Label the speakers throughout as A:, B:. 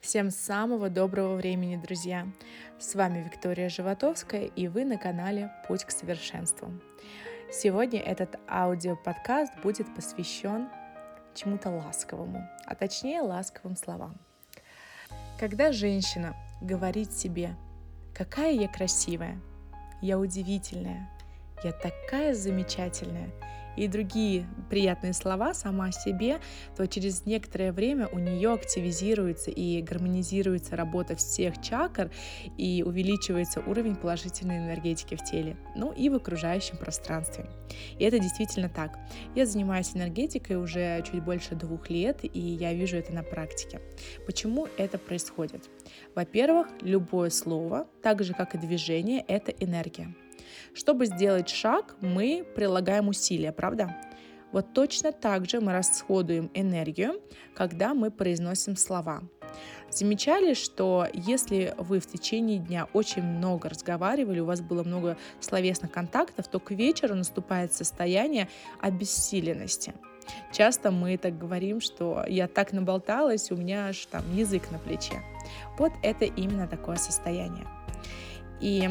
A: Всем самого доброго времени, друзья! С вами Виктория Животовская, и вы на канале «Путь к совершенству». Сегодня этот аудиоподкаст будет посвящен чему-то ласковому, а точнее ласковым словам. Когда женщина говорит себе: «Какая я красивая», «Я удивительная», «Я такая замечательная» и другие приятные слова сама себе, то через некоторое время у нее активизируется и гармонизируется работа всех чакр и увеличивается уровень положительной энергетики в теле, ну и в окружающем пространстве. И это действительно так. Я занимаюсь энергетикой уже чуть больше 2 лет, и я вижу это на практике. Почему это происходит? Во-первых, любое слово, так же как и движение, это энергия. Чтобы сделать шаг, мы прилагаем усилия, правда? Вот точно так же мы расходуем энергию, когда мы произносим слова. Замечали, что если вы в течение дня очень много разговаривали, у вас было много словесных контактов, то к вечеру наступает состояние обессиленности. Часто мы так говорим, что я так наболталась, у меня аж там язык на плече. Вот это именно такое состояние. И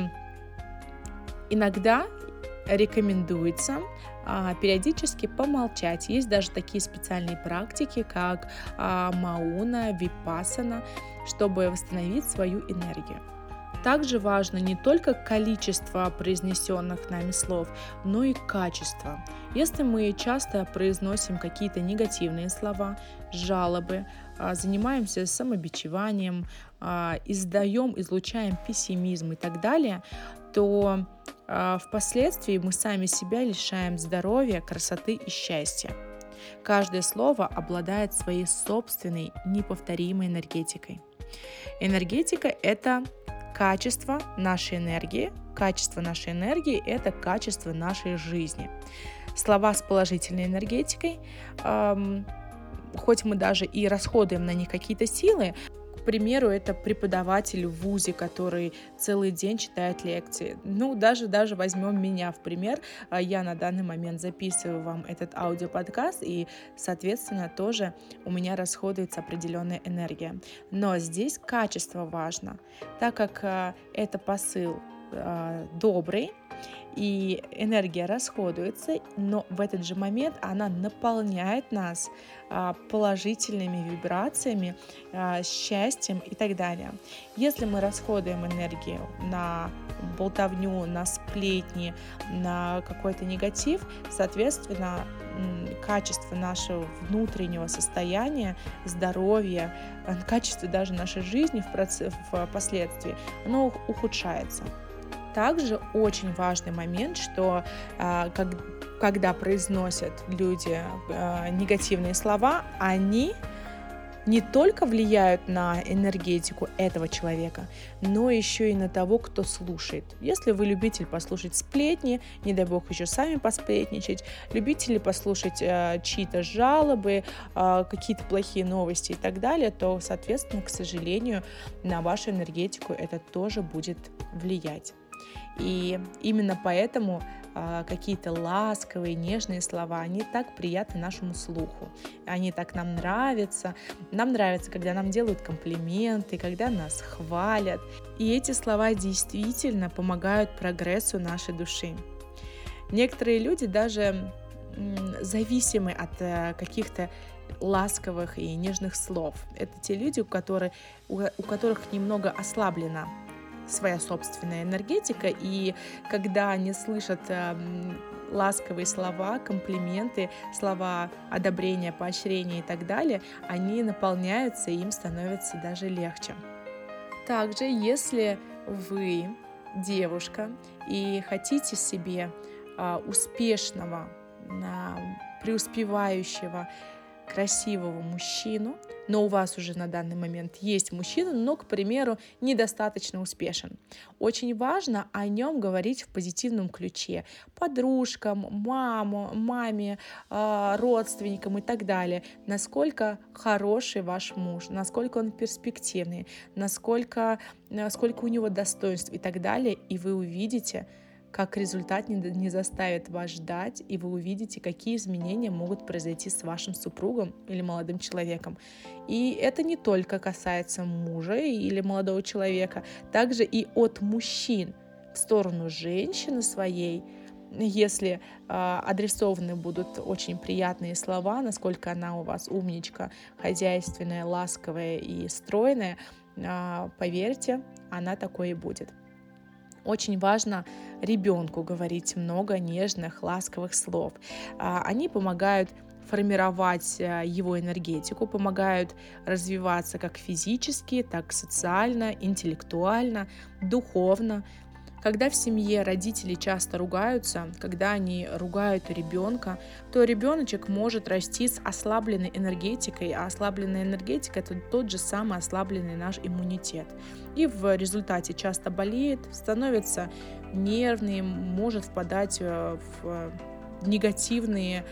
A: иногда рекомендуется периодически помолчать. Есть даже такие специальные практики, как мауна, випассана, чтобы восстановить свою энергию. Также важно не только количество произнесенных нами слов, но и качество. Если мы часто произносим какие-то негативные слова, жалобы, занимаемся самобичеванием, излучаем пессимизм и так далее, то впоследствии мы сами себя лишаем здоровья, красоты и счастья. Каждое слово обладает своей собственной неповторимой энергетикой. Энергетика – это качество нашей энергии. Качество нашей энергии – это качество нашей жизни. Слова с положительной энергетикой, хоть мы даже и расходуем на них какие-то силы, к примеру, это преподаватель в вузе, который целый день читает лекции. Даже возьмем меня в пример. Я на данный момент записываю вам этот аудиоподкаст, и, соответственно, тоже у меня расходуется определенная энергия. Но здесь качество важно, так как это посыл добрый, и энергия расходуется, но в этот же момент она наполняет нас положительными вибрациями, счастьем и так далее. Если мы расходуем энергию на болтовню, на сплетни, на какой-то негатив, соответственно, качество нашего внутреннего состояния, здоровья, качество даже нашей жизни впоследствии, оно ухудшается. Также очень важный момент, что когда произносят люди негативные слова, они не только влияют на энергетику этого человека, но еще и на того, кто слушает. Если вы любитель послушать сплетни, не дай бог еще сами посплетничать, любители послушать чьи-то жалобы, какие-то плохие новости и так далее, то, соответственно, к сожалению, на вашу энергетику это тоже будет влиять. И именно поэтому какие-то ласковые, нежные слова, они так приятны нашему слуху, они так нам нравятся. Нам нравится, когда нам делают комплименты, когда нас хвалят. И эти слова действительно помогают прогрессу нашей души. Некоторые люди даже зависимы от каких-то ласковых и нежных слов. Это те люди, у которых немного ослаблена своя собственная энергетика, и когда они слышат ласковые слова, комплименты, слова одобрения, поощрения и так далее, они наполняются, и им становится даже легче. Также, если вы девушка и хотите себе успешного, преуспевающего, красивого мужчину, но у вас уже на данный момент есть мужчина, но, к примеру, недостаточно успешен. Очень важно о нем говорить в позитивном ключе. Подружкам, маме, родственникам и так далее. Насколько хороший ваш муж, насколько он перспективный, насколько у него достоинств и так далее. И вы увидите, как результат не заставит вас ждать, и вы увидите, какие изменения могут произойти с вашим супругом или молодым человеком. И это не только касается мужа или молодого человека, также и от мужчин в сторону женщины своей. Если адресованы будут очень приятные слова, насколько она у вас умничка, хозяйственная, ласковая и стройная, поверьте, она такой и будет. Очень важно ребенку говорить много нежных, ласковых слов. Они помогают формировать его энергетику, помогают развиваться как физически, так и социально, интеллектуально, духовно. Когда в семье родители часто ругаются, когда они ругают ребенка, то ребеночек может расти с ослабленной энергетикой, а ослабленная энергетика — это тот же самый ослабленный наш иммунитет. И в результате часто болеет, становится нервный, может впадать в негативные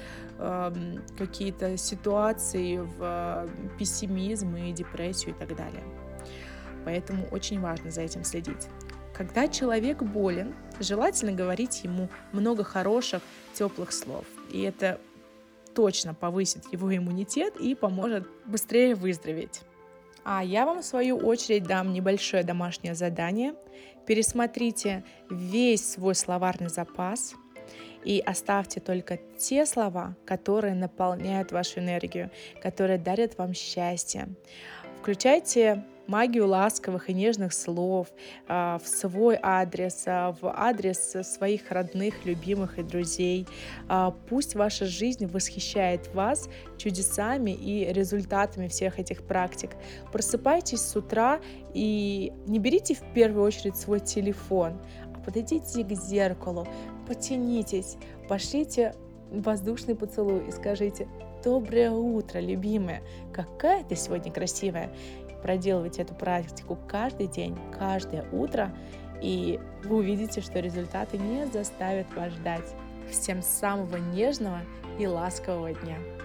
A: какие-то ситуации, в пессимизм и депрессию и так далее. Поэтому очень важно за этим следить. Когда человек болен, желательно говорить ему много хороших, теплых слов. И это точно повысит его иммунитет и поможет быстрее выздороветь. А я вам, в свою очередь, дам небольшое домашнее задание. Пересмотрите весь свой словарный запас и оставьте только те слова, которые наполняют вашу энергию, которые дарят вам счастье. Включайте магию ласковых и нежных слов в свой адрес, в адрес своих родных, любимых и друзей. Пусть ваша жизнь восхищает вас чудесами и результатами всех этих практик. Просыпайтесь с утра и не берите в первую очередь свой телефон, а подойдите к зеркалу, потянитесь, пошлите воздушный поцелуй и скажите: «Доброе утро, любимая! Какая ты сегодня красивая!» Проделывайте эту практику каждый день, каждое утро, и вы увидите, что результаты не заставят вас ждать. Всем самого нежного и ласкового дня!